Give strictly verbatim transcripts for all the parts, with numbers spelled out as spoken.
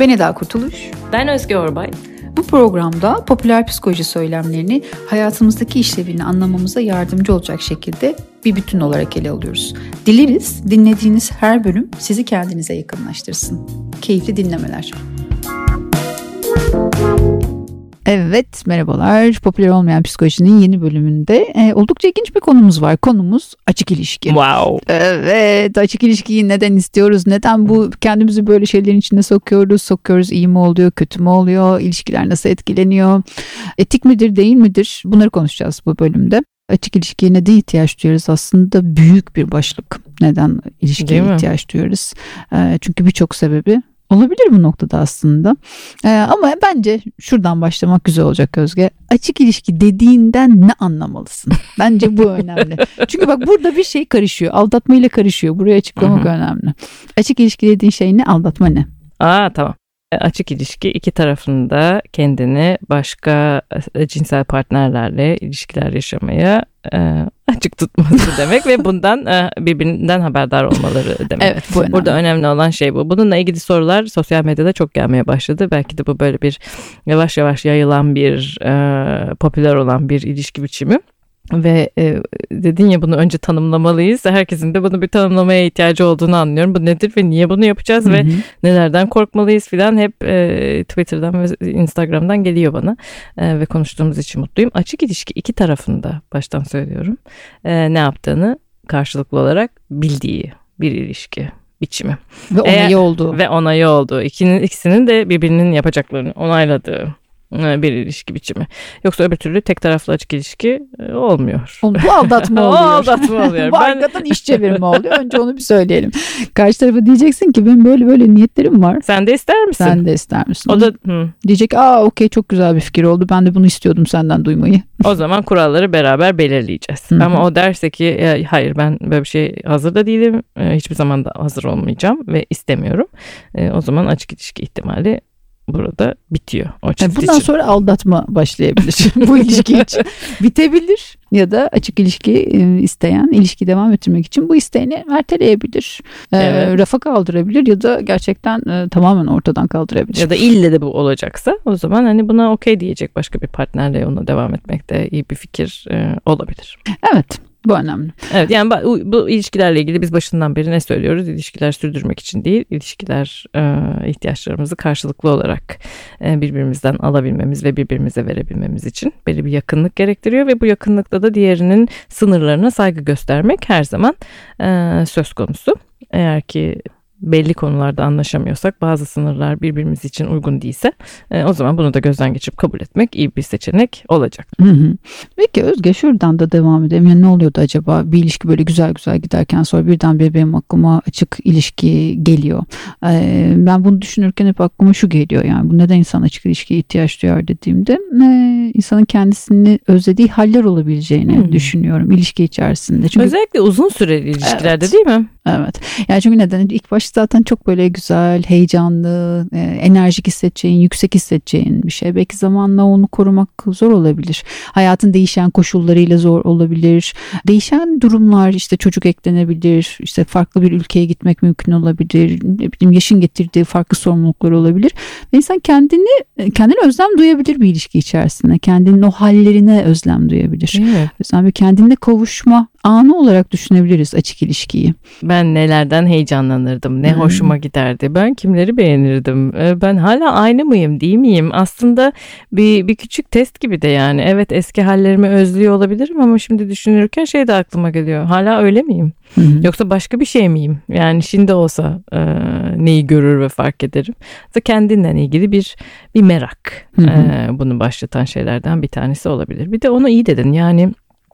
Ben Eda Kurtuluş. Ben Özge Orbay. Bu programda popüler psikoloji söylemlerini hayatımızdaki işlevini anlamamıza yardımcı olacak şekilde bir bütün olarak ele alıyoruz. Dileriz dinlediğiniz her bölüm sizi kendinize yakınlaştırsın. Keyifli dinlemeler. Evet, merhabalar. Popüler olmayan psikolojinin yeni bölümünde e, oldukça ilginç bir konumuz var. Konumuz açık ilişki. Wow. Evet, açık ilişkiyi neden istiyoruz? Neden bu kendimizi böyle şeylerin içine sokuyoruz? Sokuyoruz, iyi mi oluyor, kötü mü oluyor? İlişkiler nasıl etkileniyor? Etik midir, değil midir? Bunları konuşacağız bu bölümde. Açık ilişkiye neden ihtiyaç duyuyoruz? Aslında büyük bir başlık. Neden ilişkiye ihtiyaç duyuyoruz? E, çünkü birçok sebebi olabilir bu noktada aslında. Ee, ama bence şuradan başlamak güzel olacak Özge. Açık ilişki dediğinden ne anlamalısın? Bence bu önemli. Çünkü bak burada bir şey karışıyor. Aldatma ile karışıyor. Burayı açıklamak önemli. Açık ilişki dediğin şey ne? Aldatma ne? Aa tamam. Açık ilişki iki tarafında kendini başka cinsel partnerlerle ilişkiler yaşamaya e, açık tutması demek ve bundan e, birbirinden haberdar olmaları demek. Evet, bu önemli. Burada önemli olan şey bu. Bununla ilgili sorular sosyal medyada çok gelmeye başladı. Belki de bu böyle bir yavaş yavaş yayılan bir e, popüler olan bir ilişki biçimi. Ve e, dedin ya bunu önce tanımlamalıyız. Herkesin de bunu bir tanımlamaya ihtiyacı olduğunu anlıyorum. Bu nedir ve niye bunu yapacağız Hı-hı. ve nelerden korkmalıyız filan hep e, Twitter'dan ve Instagram'dan geliyor bana. E, ve konuştuğumuz için mutluyum. Açık ilişki iki tarafında baştan söylüyorum. E, ne yaptığını karşılıklı olarak bildiği bir ilişki biçimi. Ve onayı olduğu. Ve onayı olduğu. İkinin, ikisinin de birbirinin yapacaklarını onayladığı bir ilişki biçimi. Yoksa öbür türlü tek taraflı açık ilişki olmuyor. Bu aldatma oluyor. O aldatma oluyor. Bu arkadan iş çevirme oluyor. Önce onu bir söyleyelim. Karşı tarafa diyeceksin ki benim böyle böyle niyetlerim var. Sen de ister misin? Sen de ister misin? O da hı. Diyecek aa okey çok güzel bir fikir oldu. Ben de bunu istiyordum senden duymayı. O zaman kuralları beraber belirleyeceğiz. Hı-hı. Ama o derse ki hayır ben böyle bir şey hazır da değilim. Hiçbir zaman da hazır olmayacağım ve istemiyorum. O zaman açık ilişki ihtimali burada bitiyor. O çift Bundan için. sonra aldatma başlayabilir bu ilişki için. Bitebilir ya da açık ilişki isteyen ilişki devam ettirmek için bu isteğini erteleyebilir. Evet. E, rafa kaldırabilir ya da gerçekten e, tamamen ortadan kaldırabilir. Ya da ille de bu olacaksa o zaman hani buna okey diyecek başka bir partnerle yoluna devam etmek de iyi bir fikir e, olabilir. Evet. Bu önemli. Evet yani bu, bu ilişkilerle ilgili biz başından beri ne söylüyoruz? İlişkiler sürdürmek için değil, ilişkiler e, ihtiyaçlarımızı karşılıklı olarak e, birbirimizden alabilmemiz ve birbirimize verebilmemiz için belli bir yakınlık gerektiriyor ve bu yakınlıkta da diğerinin sınırlarına saygı göstermek her zaman e, söz konusu. Eğer ki belli konularda anlaşamıyorsak, bazı sınırlar birbirimiz için uygun değilse e, o zaman bunu da gözden geçirip kabul etmek iyi bir seçenek olacak. Hı hı. Peki Özge şuradan da devam edelim. Yani ne oluyordu acaba? Bir ilişki böyle güzel güzel giderken sonra birdenbire benim aklıma açık ilişki geliyor. Ee, ben bunu düşünürken hep aklıma şu geliyor. Yani bu neden insan açık ilişkiye ihtiyaç duyar dediğimde e, insanın kendisini özlediği haller olabileceğini hmm. düşünüyorum ilişki içerisinde. Çünkü, özellikle uzun süreli ilişkilerde evet. değil mi? Evet. Yani çünkü neden? İlk başta zaten çok böyle güzel, heyecanlı, e, enerjik hissedeceğin, yüksek hissedeceğin bir şey. Belki zamanla onu korumak zor olabilir. Hayatın değişen koşullarıyla zor olabilir. Değişen durumlar işte çocuk eklenebilir. İşte farklı bir ülkeye gitmek mümkün olabilir. Ne bileyim yaşın getirdiği farklı sorumluluklar olabilir. Ve insan kendini kendine özlem duyabilir bir ilişki içerisinde. Kendinin o hallerine özlem duyabilir. Evet. Mesela bir kendine kavuşma anı olarak düşünebiliriz açık ilişkiyi. Ben nelerden heyecanlanırdım, ne hmm. hoşuma giderdi, ben kimleri beğenirdim, ben hala aynı mıyım, değil miyim? Aslında bir, bir küçük test gibi de yani. Evet eski hallerimi özlüyor olabilirim ama şimdi düşünürken şey de aklıma geliyor. Hala öyle miyim? Hmm. Yoksa başka bir şey miyim? Yani şimdi olsa e, neyi görür ve fark ederim? Mesela kendinden ilgili bir bir merak hmm. e, bunu başlatan şeylerden bir tanesi olabilir. Bir de onu iyi dedin yani.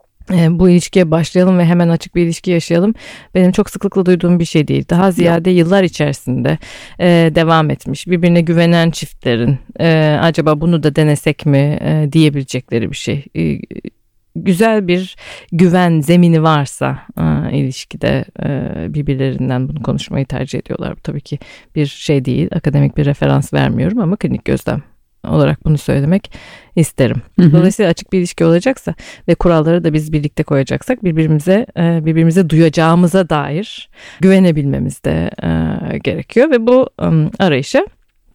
Bu ilişkiye başlayalım ve hemen açık bir ilişki yaşayalım. Benim çok sıklıkla duyduğum bir şey değil. Daha ziyade Yok. yıllar içerisinde e, devam etmiş, birbirine güvenen çiftlerin e, acaba bunu da denesek mi e, diyebilecekleri bir şey. E, güzel bir güven zemini varsa e, ilişkide e, birbirlerinden bunu konuşmayı tercih ediyorlar. Bu tabii ki bir şey değil, akademik bir referans vermiyorum ama klinik gözlem olarak bunu söylemek isterim. Hı hı. Dolayısıyla açık bir ilişki olacaksa ve kuralları da biz birlikte koyacaksak birbirimize birbirimize duyacağımıza dair güvenebilmemiz de gerekiyor ve bu arayışa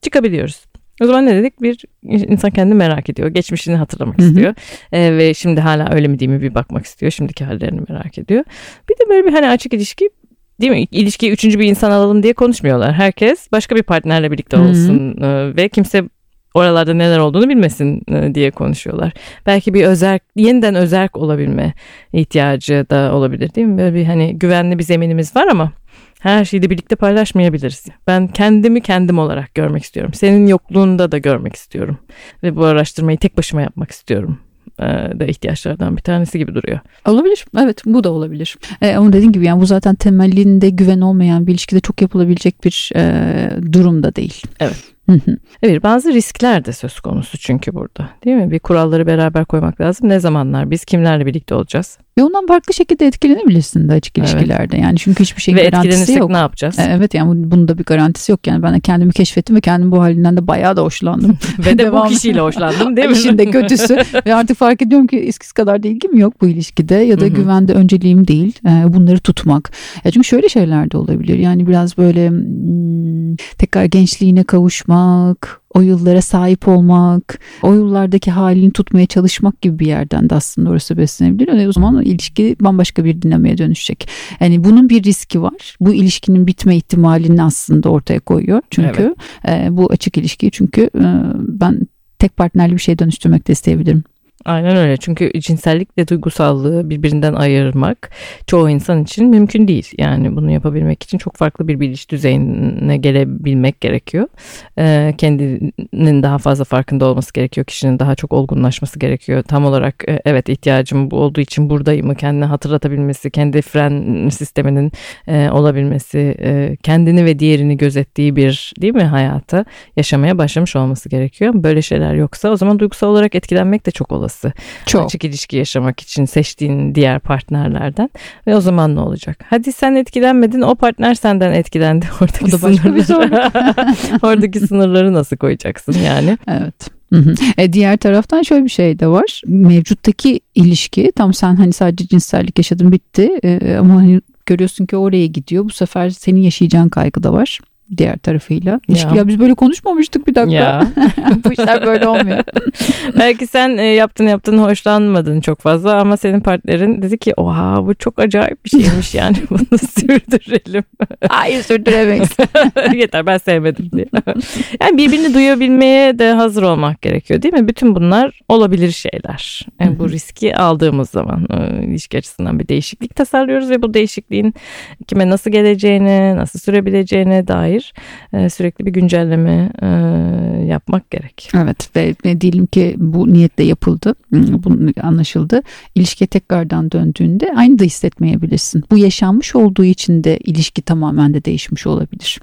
çıkabiliyoruz. O zaman ne dedik? Bir insan kendini merak ediyor. Geçmişini hatırlamak Hı-hı. istiyor. Ee, ve şimdi hala öyle mi değil mi bir bakmak istiyor. Şimdiki hallerini merak ediyor. Bir de böyle bir hani açık ilişki, değil mi? İlişkiye üçüncü bir insan alalım diye konuşmuyorlar. Herkes başka bir partnerle birlikte olsun Hı-hı. ve kimse oralarda neler olduğunu bilmesin diye konuşuyorlar. Belki bir özerk, yeniden özerk olabilme ihtiyacı da olabilir, değil mi? Böyle bir hani güvenli bir zeminimiz var ama her şeyi de birlikte paylaşmayabiliriz. Ben kendimi kendim olarak görmek istiyorum. Senin yokluğunda da görmek istiyorum. Ve bu araştırmayı tek başıma yapmak istiyorum. Da ihtiyaçlardan bir tanesi gibi duruyor. Olabilir. Evet, bu da olabilir. E, ama dediğim gibi yani bu zaten temelinde güven olmayan bir ilişkide çok yapılabilecek bir e, durum da değil. Evet. Evet, bazı riskler de söz konusu çünkü burada, değil mi? Bir kuralları beraber koymak lazım. Ne zamanlar, biz kimlerle birlikte olacağız? Ve ondan farklı şekilde etkilenebilirsin de açık ilişkilerde. Evet. Yani çünkü hiçbir şeyin ve garantisi yok. Ve etkilenirsek ne yapacağız? Evet, yani bunun da bir garantisi yok. Yani ben de kendimi keşfettim ve kendim bu halinden de bayağı da hoşlandım. Ve de bu kişiyle hoşlandım, değil mi? İşin de kötüsü. Ve artık fark ediyorum ki eskisi kadar da ilgim yok bu ilişkide. Ya da Hı-hı. güvende önceliğim değil. Bunları tutmak. Ya çünkü şöyle şeyler de olabilir. Yani biraz böyle hmm, tekrar gençliğine kavuşmak, o yıllara sahip olmak, o yıllardaki halini tutmaya çalışmak gibi bir yerden de aslında orası beslenebilir. Yani o zaman ilişki bambaşka bir dinamiğe dönüşecek. Yani bunun bir riski var. Bu ilişkinin bitme ihtimalini aslında ortaya koyuyor. Çünkü evet. e, bu açık ilişkiyi çünkü e, ben tek partnerli bir şeye dönüştürmek de isteyebilirim. Aynen öyle. Çünkü cinsellikle duygusallığı birbirinden ayırmak çoğu insan için mümkün değil. Yani bunu yapabilmek için çok farklı bir bilinç düzeyine gelebilmek gerekiyor. Ee, kendinin daha fazla farkında olması gerekiyor. Kişinin daha çok olgunlaşması gerekiyor. Tam olarak e, evet ihtiyacım bu olduğu için buradayım. Kendine hatırlatabilmesi, kendi fren sisteminin e, olabilmesi, e, kendini ve diğerini gözettiği bir, değil mi, hayatı yaşamaya başlamış olması gerekiyor. Böyle şeyler yoksa o zaman duygusal olarak etkilenmek de çok olası. Çok. Açık ilişki yaşamak için seçtiğin diğer partnerlerden ve o zaman ne olacak? Hadi sen etkilenmedin, o partner senden etkilendi. Oradaki, o da başka bir sorun. Oradaki sınırları nasıl koyacaksın yani? Evet. Hı hı. E, diğer taraftan şöyle bir şey de var. Mevcuttaki ilişki tam sen hani sadece cinsellik yaşadın bitti e, ama hani görüyorsun ki oraya gidiyor. Bu sefer senin yaşayacağın kaygı da var. Diğer tarafıyla. İlişki, ya biz böyle konuşmamıştık bir dakika. Ya. Bu işler böyle olmuyor. Belki sen e, yaptın yaptın hoşlanmadın çok fazla ama senin partnerin dedi ki oha bu çok acayip bir şeymiş yani bunu sürdürelim. Hayır sürdüremeyiz. Yeter ben sevmedim diye. Yani birbirini duyabilmeye de hazır olmak gerekiyor değil mi? Bütün bunlar olabilir şeyler. Yani bu riski aldığımız zaman e, ilişki açısından bir değişiklik tasarlıyoruz ve bu değişikliğin kime nasıl geleceğine, nasıl sürebileceğine dair sürekli bir güncelleme e, yapmak gerek. Evet ve diyelim ki bu niyetle yapıldı, bu anlaşıldı. İlişkiye tekrardan döndüğünde aynı da hissetmeyebilirsin. Bu yaşanmış olduğu için de ilişki tamamen de değişmiş olabilir.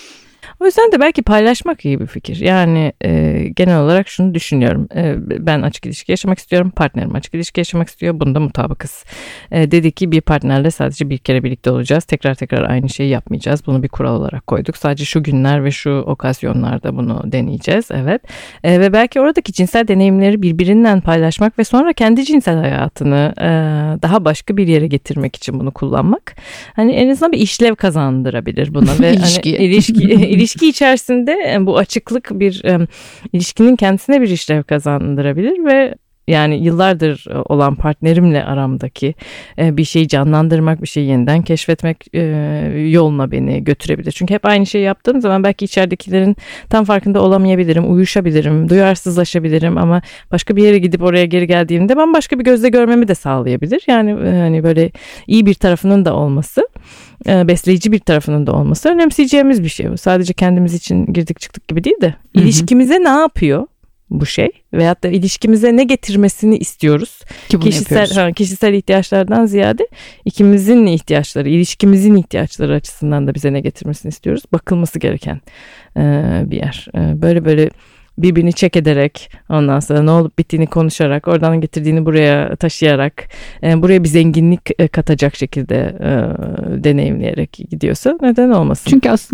O yüzden de belki paylaşmak iyi bir fikir. Yani e, genel olarak şunu düşünüyorum. E, ben açık ilişki yaşamak istiyorum. Partnerim açık ilişki yaşamak istiyor. Bunda mutabıkız. E, dedi ki bir partnerle sadece bir kere birlikte olacağız. Tekrar tekrar aynı şeyi yapmayacağız. Bunu bir kural olarak koyduk. Sadece şu günler ve şu okazyonlarda bunu deneyeceğiz. Evet. E, ve belki oradaki cinsel deneyimleri birbirinden paylaşmak ve sonra kendi cinsel hayatını e, daha başka bir yere getirmek için bunu kullanmak. Hani en azından bir işlev kazandırabilir buna. Ve İlişki. Hani, ilişki, ilişki içerisinde bu açıklık bir e, ilişkinin kendisine bir işlev kazandırabilir ve yani yıllardır olan partnerimle aramdaki e, bir şeyi canlandırmak, bir şeyi yeniden keşfetmek e, yoluna beni götürebilir. Çünkü hep aynı şeyi yaptığım zaman belki içeridekilerin tam farkında olamayabilirim, uyuşabilirim, duyarsızlaşabilirim ama başka bir yere gidip oraya geri geldiğimde bambaşka bir gözle görmemi de sağlayabilir. Yani e, hani böyle iyi bir tarafının da olması, e, besleyici bir tarafının da olması önemseyeceğimiz bir şey. Sadece kendimiz için girdik çıktık gibi değil de Hı-hı. ilişkimize ne yapıyor bu şey veyahut da ilişkimize ne getirmesini istiyoruz. Ki kişisel ha, kişisel ihtiyaçlardan ziyade ikimizin ihtiyaçları, ilişkimizin ihtiyaçları açısından da bize ne getirmesini istiyoruz. Bakılması gereken e, bir yer. E, böyle böyle birbirini çek ederek, ondan sonra ne olup bittiğini konuşarak, oradan getirdiğini buraya taşıyarak, e, buraya bir zenginlik katacak şekilde e, deneyimleyerek gidiyorsa neden olmasın? Çünkü aslında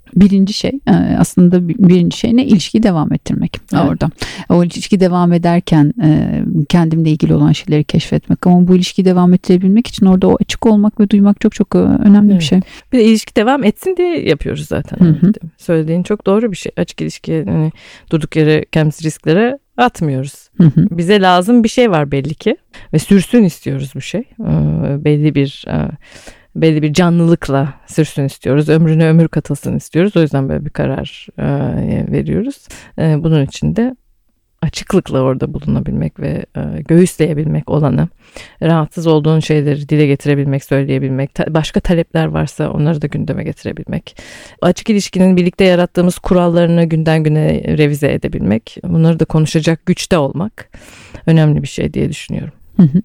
Birinci şey aslında birinci şey ne? İlişkiyi devam ettirmek evet. orada. O ilişki devam ederken kendimle ilgili olan şeyleri keşfetmek ama bu ilişkiyi devam ettirebilmek için orada o açık olmak ve duymak çok çok önemli evet. bir şey. Bir de ilişki devam etsin diye yapıyoruz zaten. Hı hı. Söylediğin çok doğru bir şey. Açık ilişki yani durduk yere kendimizi risklere atmıyoruz. Hı hı. Bize lazım bir şey var belli ki ve sürsün istiyoruz bu şey. Ee, belli bir belli bir canlılıkla sürsün istiyoruz. Ömrüne ömür katılsın istiyoruz. O yüzden böyle bir karar e, veriyoruz. E, bunun için de açıklıkla orada bulunabilmek ve e, göğüsleyebilmek olanı, rahatsız olduğun şeyleri dile getirebilmek, söyleyebilmek, ta- başka talepler varsa onları da gündeme getirebilmek, açık ilişkinin birlikte yarattığımız kurallarını günden güne revize edebilmek, bunları da konuşacak güçte olmak önemli bir şey diye düşünüyorum. Hı hı.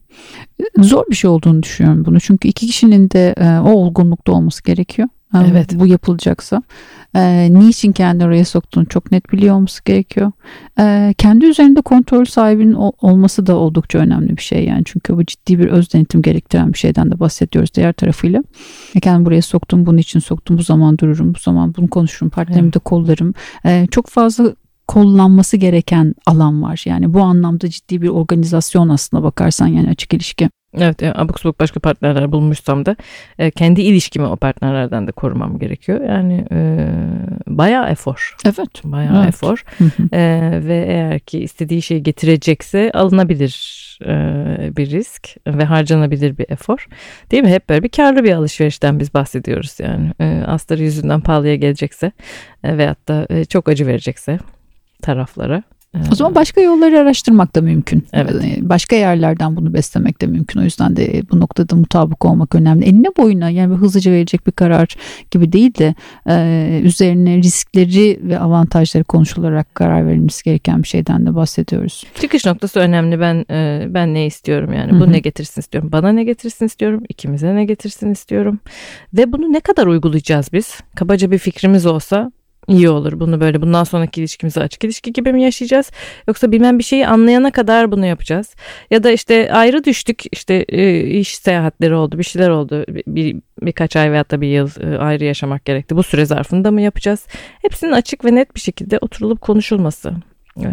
Zor bir şey olduğunu düşünüyorum bunu. Çünkü iki kişinin de e, o olgunlukta olması gerekiyor. Evet. Bu yapılacaksa. E, niçin kendini oraya soktuğunu çok net biliyor olması gerekiyor. E, kendi üzerinde kontrol sahibinin ol, olması da oldukça önemli bir şey. Yani çünkü bu ciddi bir öz denetim gerektiren bir şeyden de bahsediyoruz diğer tarafıyla. E, kendimi buraya soktum, bunun için soktum, bu zaman dururum, bu zaman bunu konuşurum, partnerimi de kollarım. E, çok fazla kollanması gereken alan var. Yani bu anlamda ciddi bir organizasyon aslına bakarsan yani açık ilişki. Evet, yani abuk subuk başka partnerler bulmuşsam da e, kendi ilişkimi o partnerlerden de korumam gerekiyor. Yani e, bayağı efor. Evet. Bayağı evet. efor. e, ve eğer ki istediği şeyi getirecekse alınabilir e, bir risk ve harcanabilir bir efor. Değil mi? Hep böyle bir karlı bir alışverişten biz bahsediyoruz yani. E, astarı yüzünden pahalıya gelecekse e, veyahut da e, çok acı verecekse taraflara. O zaman başka yolları araştırmak da mümkün. Evet. Başka yerlerden bunu beslemek de mümkün. O yüzden de bu noktada mutabık olmak önemli. Eline boyuna yani hızlıca verecek bir karar gibi değil de e, üzerine riskleri ve avantajları konuşularak karar verilmesi gereken bir şeyden de bahsediyoruz. Çıkış noktası önemli. Ben e, ben ne istiyorum yani? Bu Hı-hı. ne getirsin istiyorum? Bana ne getirsin istiyorum? İkimize ne getirsin istiyorum? Ve bunu ne kadar uygulayacağız biz? Kabaca bir fikrimiz olsa İyi olur. Bunu böyle bundan sonraki ilişkimizi açık ilişki gibi mi yaşayacağız? Yoksa bilmem bir şeyi anlayana kadar bunu yapacağız. Ya da işte ayrı düştük. İşte iş seyahatleri oldu, bir şeyler oldu. Bir, birkaç ay veyahut da bir yıl ayrı yaşamak gerekti. Bu süre zarfında mı yapacağız? Hepsinin açık ve net bir şekilde oturulup konuşulması ee,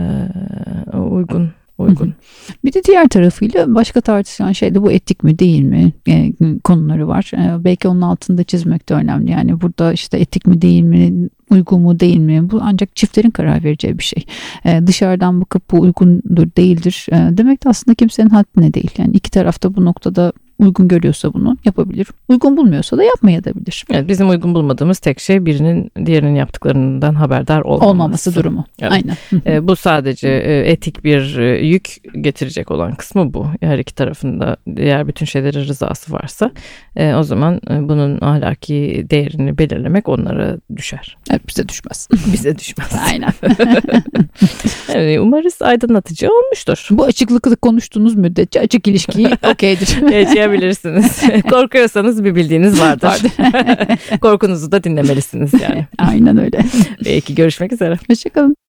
uygun. Uygun. Bir de diğer tarafıyla başka tartışılan şey de bu etik mi değil mi e, konuları var. E, belki onun altında çizmek de önemli. Yani burada işte etik mi değil mi, uygun mu değil mi? Bu ancak çiftlerin karar vereceği bir şey. E, dışarıdan bakıp bu uygundur değildir e, demek de aslında kimsenin haddine değil. Yani iki tarafta bu noktada uygun görüyorsa bunu yapabilir. Uygun bulmuyorsa da yapmayabilir. Evet, bizim uygun bulmadığımız tek şey birinin diğerinin yaptıklarından haberdar olmaması. Olmaması durumu. Evet. Aynen. e, bu sadece e, etik bir e, yük getirecek olan kısmı bu. Her iki tarafında diğer bütün şeylere rızası varsa e, o zaman e, bunun ahlaki değerini belirlemek onlara düşer. Evet, bize düşmez. Bize düşmez. Aynen. Evet, umarız aydınlatıcı olmuştur. Bu açıklıkla konuştuğunuz müddetçe açık ilişkiyi okeydir. Yaşayabilirsiniz. Korkuyorsanız bir bildiğiniz vardır. vardır. Korkunuzu da dinlemelisiniz yani. Aynen öyle. Belki görüşmek üzere. Hoşçakalın.